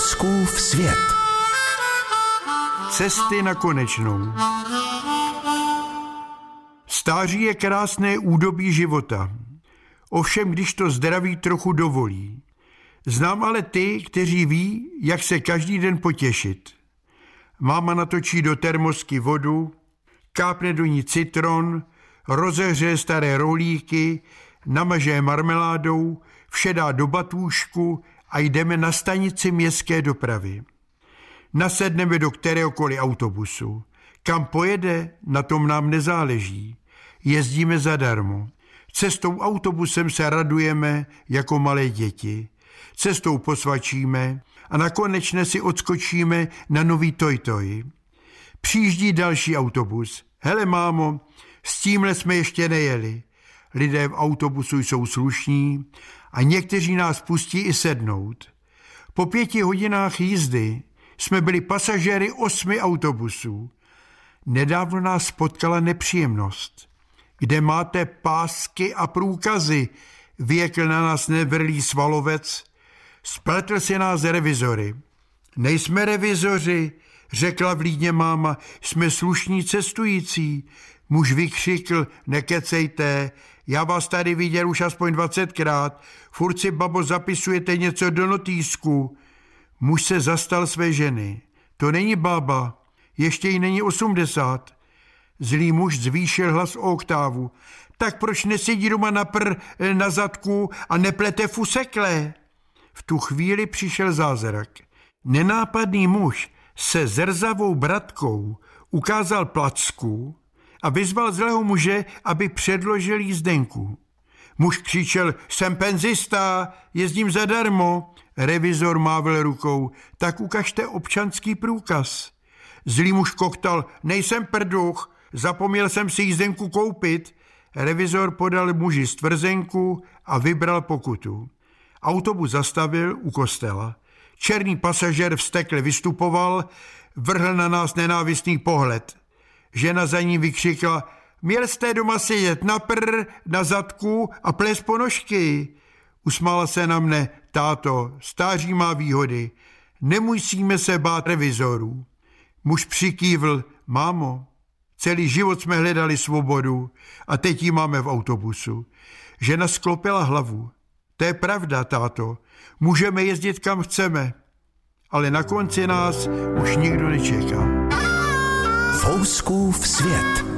Fouskův svět. Cesty na konečnou. Stáří je krásné údobí života. Ovšem, když to zdraví trochu dovolí. Znám ale ty, kteří ví, jak se každý den potěšit. Máma natočí do termosky vodu, kápne do ní citron, rozehřeje staré rohlíky, namaže marmeládou, vše dá do batůžku a jdeme na stanici městské dopravy. Nasedneme do kteréhokoliv autobusu. Kam pojede, na tom nám nezáleží. Jezdíme zadarmo. Cestou autobusem se radujeme jako malé děti. Cestou posvačíme a nakonec si odskočíme na nový toj-toj. Přijíždí další autobus. Hele mámo, s tímhle jsme ještě nejeli. Lidé v autobusu jsou slušní a někteří nás pustí i sednout. Po 5 hodinách jízdy jsme byli pasažéry 8 autobusů. Nedávno nás potkala nepříjemnost. Kde máte pásky a průkazy, vyjekl na nás nevrlý svalovec. Spletl si nás revizory. Nejsme revizoři, řekla vlídně máma, jsme slušní cestující. Muž vykřikl, nekecejte, já vás tady viděl už aspoň 20krát, furt si, babo, zapisujete něco do notýsku. Muž se zastal své ženy. To není bába, ještě jí není 80. Zlý muž zvýšil hlas o oktávu. Tak proč nesedí doma na zadku a neplete fusekle? V tu chvíli přišel zázrak. Nenápadný muž se zrzavou bratkou ukázal placku a vyzval zlého muže, aby předložil jízdenku. Muž křičel, jsem penzista, jezdím zadarmo. Revizor mávl rukou, tak ukažte občanský průkaz. Zlý muž koktal, nejsem prduch, zapomněl jsem si jízdenku koupit. Revizor podal muži stvrzenku a vybral pokutu. Autobus zastavil u kostela. Černý pasažér vztekle vystupoval, vrhl na nás nenávistný pohled. Žena za ním vykřikla, měl jste doma sedět na zadku a plést ponožky. Usmála se na mne, táto, stáří má výhody, nemusíme se bát revizorů. Muž přikývl, mámo, celý život jsme hledali svobodu a teď ji máme v autobusu. Žena sklopila hlavu. To je pravda, táto, můžeme jezdit kam chceme, ale na konci nás už nikdo nečeká. Fouskův svět.